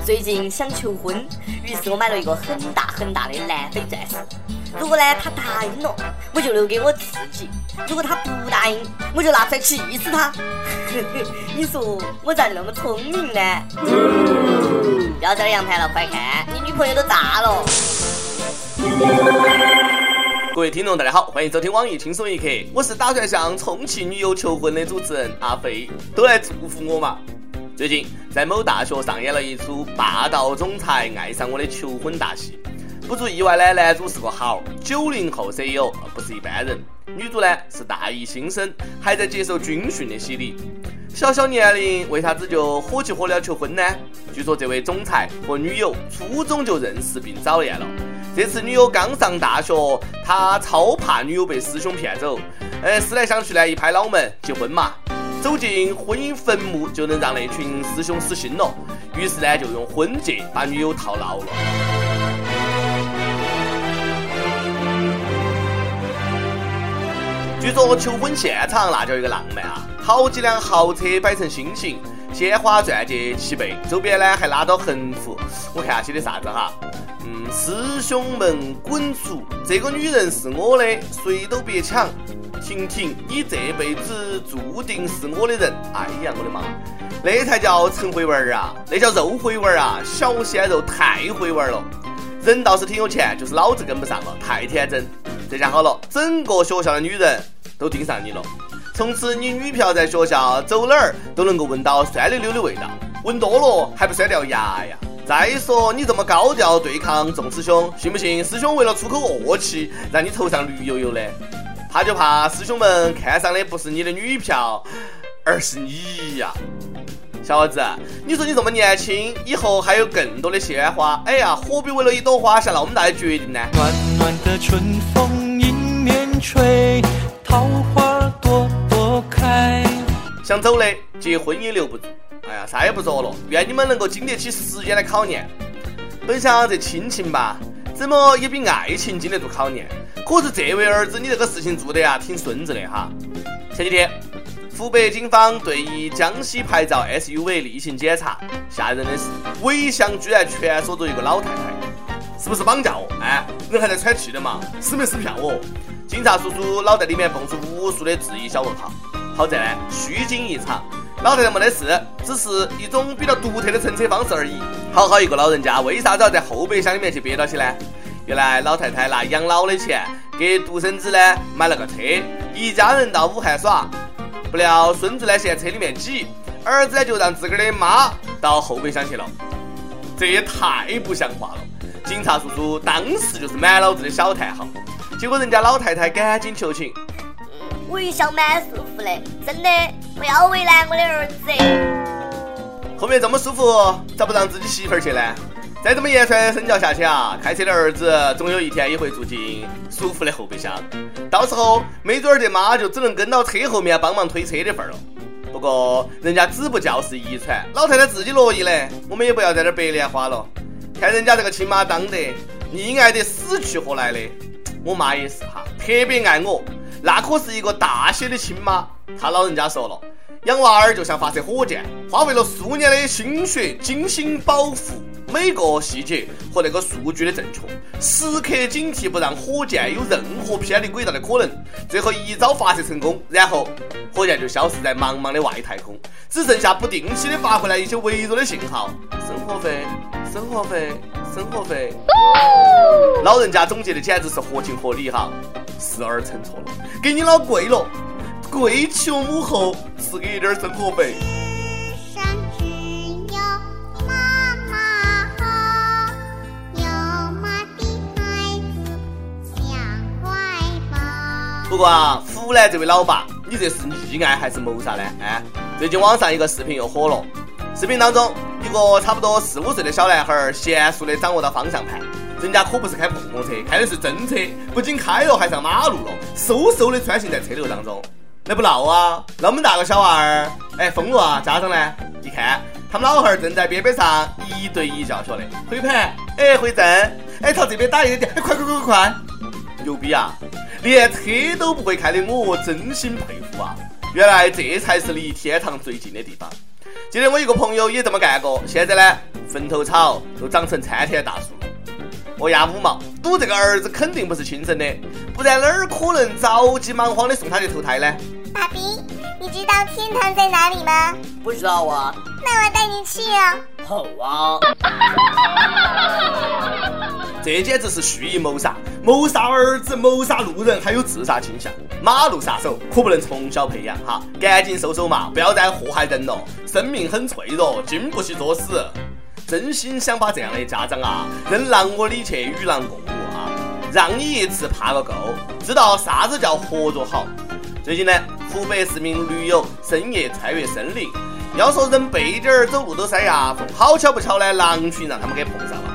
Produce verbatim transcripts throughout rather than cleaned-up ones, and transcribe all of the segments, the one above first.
最近想求婚，于是我买了一个很大很大的蓝飞钻石。如果呢他答应了，我就留给我自己；如果他不答应，我就拿出来气死他。你说我咋那么聪明呢？不要在这阳台了，快看，你女朋友都炸了。 各位听众大家好，欢迎收听网易轻松一刻，我是打算向重庆女友求婚的主持人阿飞，都来祝福我嘛。最近在某大学上演了一出霸道总裁爱上我的求婚大戏，不出意外呢，男主是个豪九零后 C E O， 不是一般人。女主呢是大一新生，还在接受军训的洗礼。小小年龄为啥子就火急火燎求婚呢？据说这位总裁和女友初中就认识并早恋了。这次女友刚上大学，他超怕女友被师兄骗走，呃，思来想去呢，一拍脑门，结婚嘛，走进婚姻坟墓就能让那群师兄死心了。于是呢，就用婚戒把女友套牢了。据说求婚现场那叫一个浪漫啊，好几辆豪车摆成心形，鲜花钻戒齐备，周边呢还拉到横幅，我看下写的啥子哈？嗯，师兄们滚出！这个女人是我的，谁都别抢！婷婷，你这辈子注定是我的人！哎呀，我的妈！那才叫陈回文啊，那叫肉回文啊，小鲜肉太回文了。人倒是挺有钱，就是脑子跟不上了，太天真。这下好了，整个学校的女人都盯上你了。从此你女票在学校走哪儿都能够闻到酸溜溜的味道，闻多了还不酸掉牙呀！再说你这么高调对抗众师兄，信不信师兄为了出口恶气让你头上绿油油的？他就怕师兄们看上的不是你的女票，而是你呀！小伙子，你说你这么年轻，以后还有更多的鲜花，哎呀，何必为了一朵花下那么大的决定呢？ 暖暖的春风迎面吹，桃花朵朵开。 想走的结婚也留不住，哎呀，啥也不说了，愿你们能够经得起时间的考验。本想这亲情吧，怎么也比爱情经得住考验。可是这位儿子，你这个事情做得呀，挺顺子的哈。前几天，湖北警方对一江西牌照 S U V 例行检查，吓人的是，尾箱居然全锁着一个老太太，是不是绑架哦？哎，人还在喘气的嘛，死没死票哦？警察叔叔脑袋里面蹦出无数的质疑小问号。好在呢，虚惊一场。老太太没得事，只是一种比较独特的乘车方式而已。好好一个老人家，为啥子要在后备箱里面去憋到起呢？原来老太太拿养老的钱给独生子呢买了个车，一家人到武汉耍，不料孙子呢嫌车里面挤，儿子呢就让自个儿的妈到后备箱去了。这也太不像话了！警察叔叔当时就是满脑子的小叹号，结果人家老太太赶紧求情。 我一向蛮舒服的，真的，不要为难我的儿子。 后面这么舒服，咋不让自己媳妇儿去呢？再这么言传身教下去啊，开车的儿子总有一天也会住进舒服的后备箱，到时候没准儿这妈就只能跟到车后面帮忙推车的份儿了。不过人家子不教是遗传，老太太自己乐意的，我们也不要在这儿白莲花了。看人家这个亲妈当得，溺爱得死去活来的。我妈也是哈，特别爱我。那可是一个大写的亲妈，他老人家说了，养娃儿就像发射火箭，花费了数年的心血，精心保护每个细节和那个数据的正确，时刻警惕不让火箭有任何偏离轨道的可能，最后一招发射成功，然后火箭就消失在茫茫的外太空，只剩下不定期的发回来一些微弱的信号，生活费生活费生活费、哦、老人家总结的简直是合情合理哈。时而称错了，给你老贵了，贵求母后赐给一点生活费。 世上只有妈妈好，有妈的孩子像怀抱。 不过啊，湖南这位老爸，你这是溺爱还是谋杀呢？哎，最近网上一个视频又火了，视频当中一个差不多四五岁的小男孩娴熟地掌握到方向盘。人家可不是开碰碰车，开的是真车，不仅开了还上马路了，嗖嗖的穿行在车流当中。那不闹啊，那么大个小娃儿，哎，疯了啊！家长呢一看他们老汉儿正在边边上一对一教学的，回盘，哎，回正，哎，朝这边打一点，哎，快快快快快，牛逼啊！连车都不会开的我真心佩服啊！原来这才是离天堂最近的地方。 记得我一个朋友也这么干过，现在呢，坟头草都长成参天大树了。我压五毛，赌这个儿子肯定不是亲生的，不然哪儿可能着急忙慌的送他去投胎呢？ 爸比，你知道天堂在哪里吗？ 不知道啊。 那我带你去哦。 好啊。 这简直是蓄意谋杀，谋杀儿子，谋杀路人，还有自杀倾向。马路杀手可不能从小培养哈，赶紧收手嘛，不要再祸害人了。生命很脆弱，经不起作死。真心想把这样的家长啊，扔狼窝里去与狼共舞啊，让你一次怕个够，知道啥子叫合作好。最近呢，湖北四名驴友深夜穿越森林，要说人背点儿走路都塞牙缝，好巧不巧呢，狼群让他们给碰上了。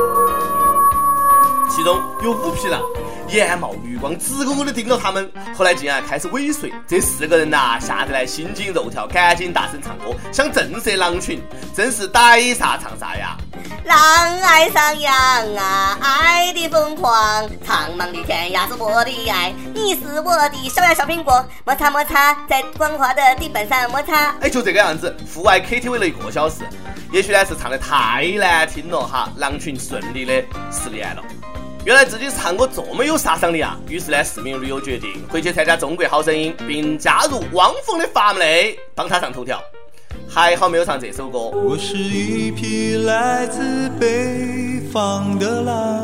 其中有五匹狼，眼冒绿光，直勾勾地盯着他们。后来竟然开始尾随，这四个人呐、啊，吓得来心惊肉跳，赶紧大声唱歌，想震慑狼群，真是逮啥唱啥呀！ 狼爱上羊啊，爱的疯狂，苍茫的天涯是我的爱，你是我的小呀小苹果，摩擦摩擦，在光滑的地板上摩擦。 哎，就这个样子，户外 K T V 了一个小时，也许呢是唱的太难听了哈，狼群顺利的失联了。原来自己唱歌这么有杀伤力啊！于是呢，四名驴友决定回去参加中国好声音，并加入汪峰的伐木雷，帮他上头条。还好没有唱这首歌。 我是一匹来自北方的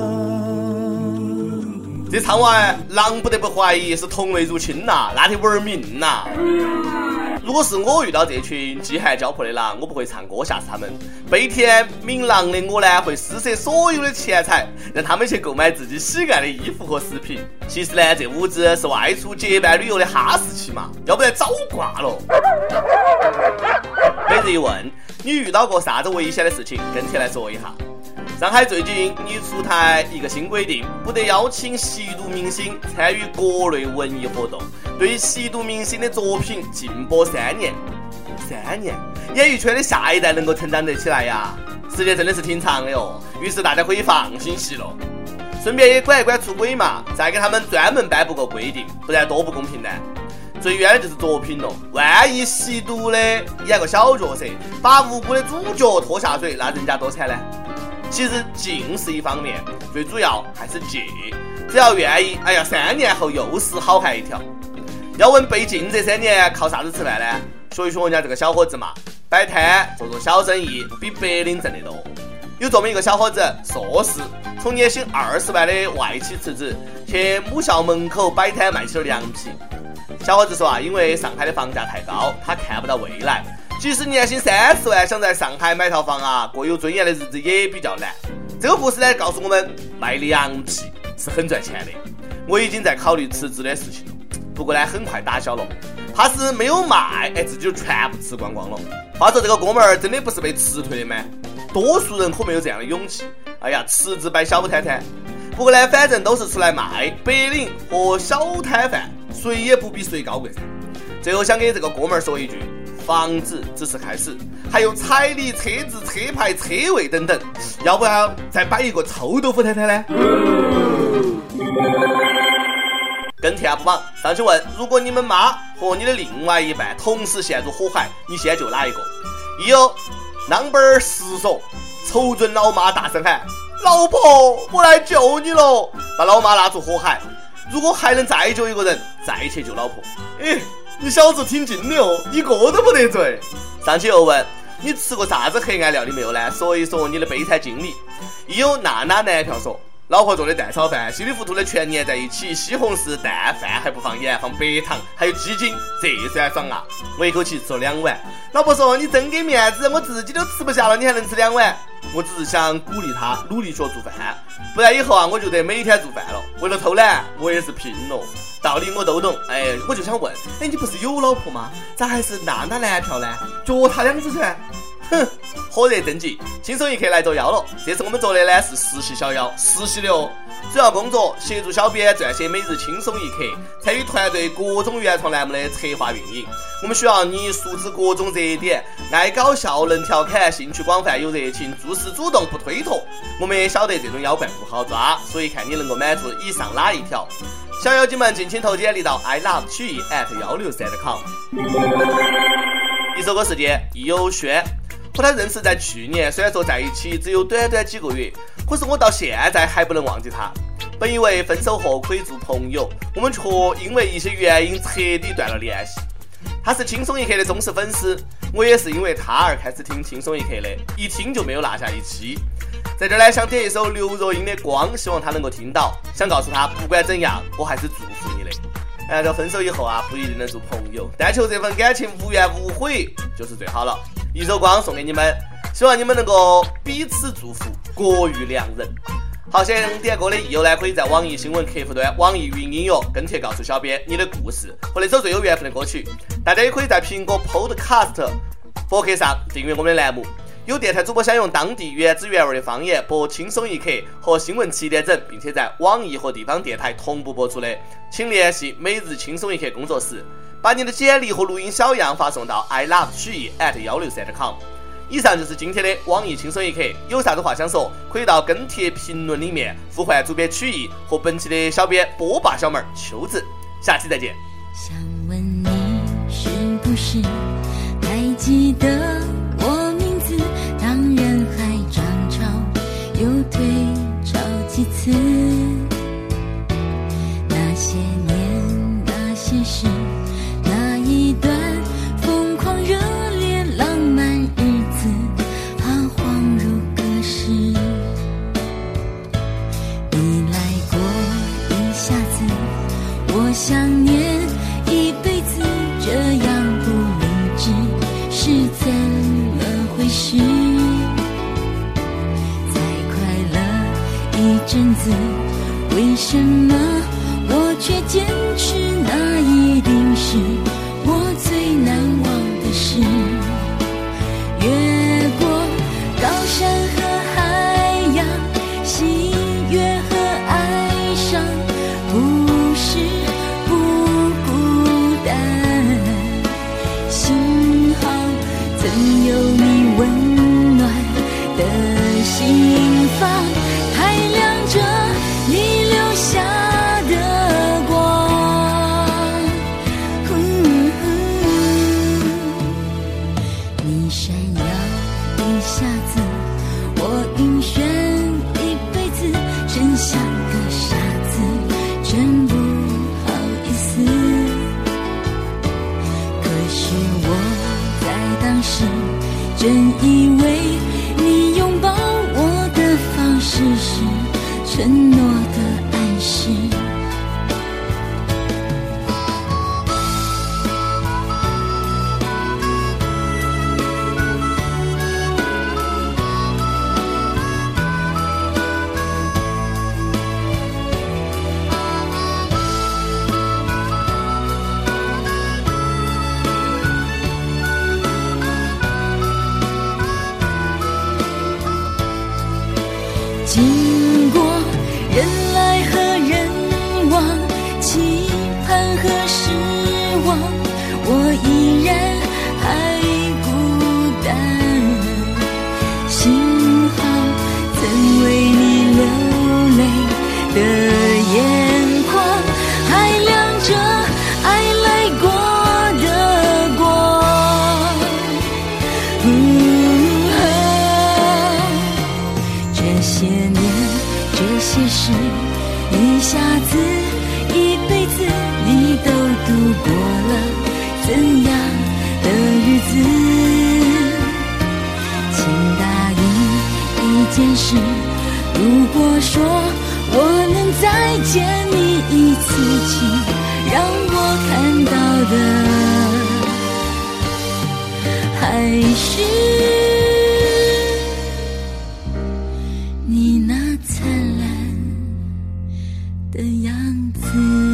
狼。 这唱完，狼不得不怀疑是同类入侵呐、啊，那得玩命呐、啊。如果是我遇到这群饥寒交迫的狼，我不会唱歌吓死他们。悲天悯狼的我呢，会施舍所有的钱财，让他们去购买自己喜爱的衣服和饰品。其实呢，这屋子是外出结伴旅游的哈士奇嘛，要不然早挂了。每日一问，你遇到过啥子危险的事情？跟帖来说一下。上海最近拟出台一个新规定，不得邀请吸毒明星参与国内文艺活动，对吸毒明星的作品禁播三年。三年，演艺圈的下一代能够成长得起来呀？时间真的是挺长的哦。于是大家可以放心吸了，顺便也管一管出轨嘛，再给他们专门颁布个规定，不然多不公平呢。最冤的就是作品了，万一吸毒的演个小角色，把无辜的主角拖下水，那人家多惨呢？其实禁是一方面，最主要还是戒。只要愿意，哎呀，三年后又是好汉一条。要问被禁这三年靠啥子吃饭呢？学一学人家这个小伙子嘛，摆摊做做小生意，比白领挣得多。有这么一个小伙子，硕士，从年薪二十万的外企辞职，去母校门口摆摊卖起了凉皮。小伙子说啊，因为上海的房价太高，他看不到未来。即使年薪三十万，想在上海买套房啊，过有尊严的日子也比较难。这个故事呢，告诉我们卖凉皮是很赚钱的。我已经在考虑辞职的事情了，不过呢，很快打消了，怕是没有卖，哎，自己就全部吃光光了。话说这个哥们儿真的不是被辞退的吗？多数人可没有这样的勇气。哎呀，辞职摆小摊摊。不过呢，反正都是出来卖，白领和小摊贩，谁也不比谁高贵噻。最后想给这个哥们儿说一句。房子只是开始，还有彩礼、车子、车牌、车位等等，要不要再摆一个臭豆腐摊摊呢？跟帖 U P 榜上去问：如果你们妈和你的另外一半同时陷入火海，你先救哪一个？一哦 ，number 十说，瞅准老妈大声喊：“老婆，我来救你了！”把老妈拉出火海。如果还能再救一个人，再去救老婆。诶。你小子挺精的哦，一个都不得罪。上去又问你吃过啥子黑暗料理没有呢？说一说你的悲惨经历。一有娜娜男票说，老婆做的蛋炒饭稀里糊涂的全粘在一起，西红柿蛋饭还不放盐，放白糖，还有鸡精，这酸爽啊！我一口气吃了两碗。老婆说你真给面子，我自己都吃不下了，你还能吃两碗？我只是想鼓励他努力学做饭，不然以后啊我就得每天做饭了。为了偷懒，我也是拼了。道理我都懂，哎，我就想问，哎，你不是有老婆吗？咋还是娜娜男票呢？脚踏两只船，哼！火热登记，轻松一刻来做妖了。这次我们做的呢是实习小妖，实习的哦。主要工作协助小编撰写每日轻松一刻，参与团队各种原创栏目的策划运营。我们需要你熟知各种热点，爱搞笑能调侃，兴趣广泛有热情，做事主动不推脱。我们也晓得这种妖怪不好抓，所以看你能够满足以上哪一条。小妖精们，敬请投简历到 i love 曲艺 at 一六三 点com。 一首歌时间，易有轩。和他认识在去年，虽然说在一起只有短短几个月，可是我到现在还不能忘记他。本以为分手后可以做朋友，我们却因为一些原因彻底断了联系。他是轻松一刻的忠实粉丝，我也是因为他而开始听轻松一刻的，一听就没有落下一期。在这儿呢，想点一首刘若英的《光》，希望他能够听到，想告诉他不管怎样，我还是祝福你的。哎，这分手以后啊，不一定能做朋友，但求这份感情无怨无悔就是最好了。一首光送给你们，希望你们能够彼此祝福，国语良人。好，想点歌的益友呢，可以在网易新闻客户端、网易云音乐跟帖告诉小编你的故事和那首最有缘分的歌曲。大家也可以在苹果 Podcast 博客上订阅我们的栏目。有电台主播想用当地原汁原味的方言播轻松一刻和新闻七点整，并且在网易和地方电台同步播出的，请联系每日轻松一刻工作室，把你的简历和录音小样发送到 i love 曲艺 at 一六三 com。以上就是今天的网易轻松一刻，有啥子话想说，可以到跟帖评论里面呼唤主编曲艺和本期的小编波霸小妹秋子。下期再见。 想问你是不是还记得我名字？当人海涨潮又退潮几次，那些年那些事，那一段疯狂热烈浪漫日子，啊恍如隔世。你来过一下子，我想念一辈子，这样不理智是怎么回事？再快乐一阵子，为什么我却坚持？那一定是我最难忘的事。越过高山和海洋，喜悦和哀伤，不是不孤单。幸好曾有你温暖的心房，还亮着你留下的光。你闪耀一下子，我晕眩一辈子，真像个傻子，真不好意思。可是我在当时真以为你拥抱我的方式是承诺的暗示。经过人来和人往，期盼和失望，我依然还孤单。幸好曾为你流泪的眼眶，还亮着爱来过的光。这些年这些事，一下子一辈子，你都度过了怎样的日子？请答应一件事，如果说我能再见你一次，请让我看到的还是你那灿烂的样子。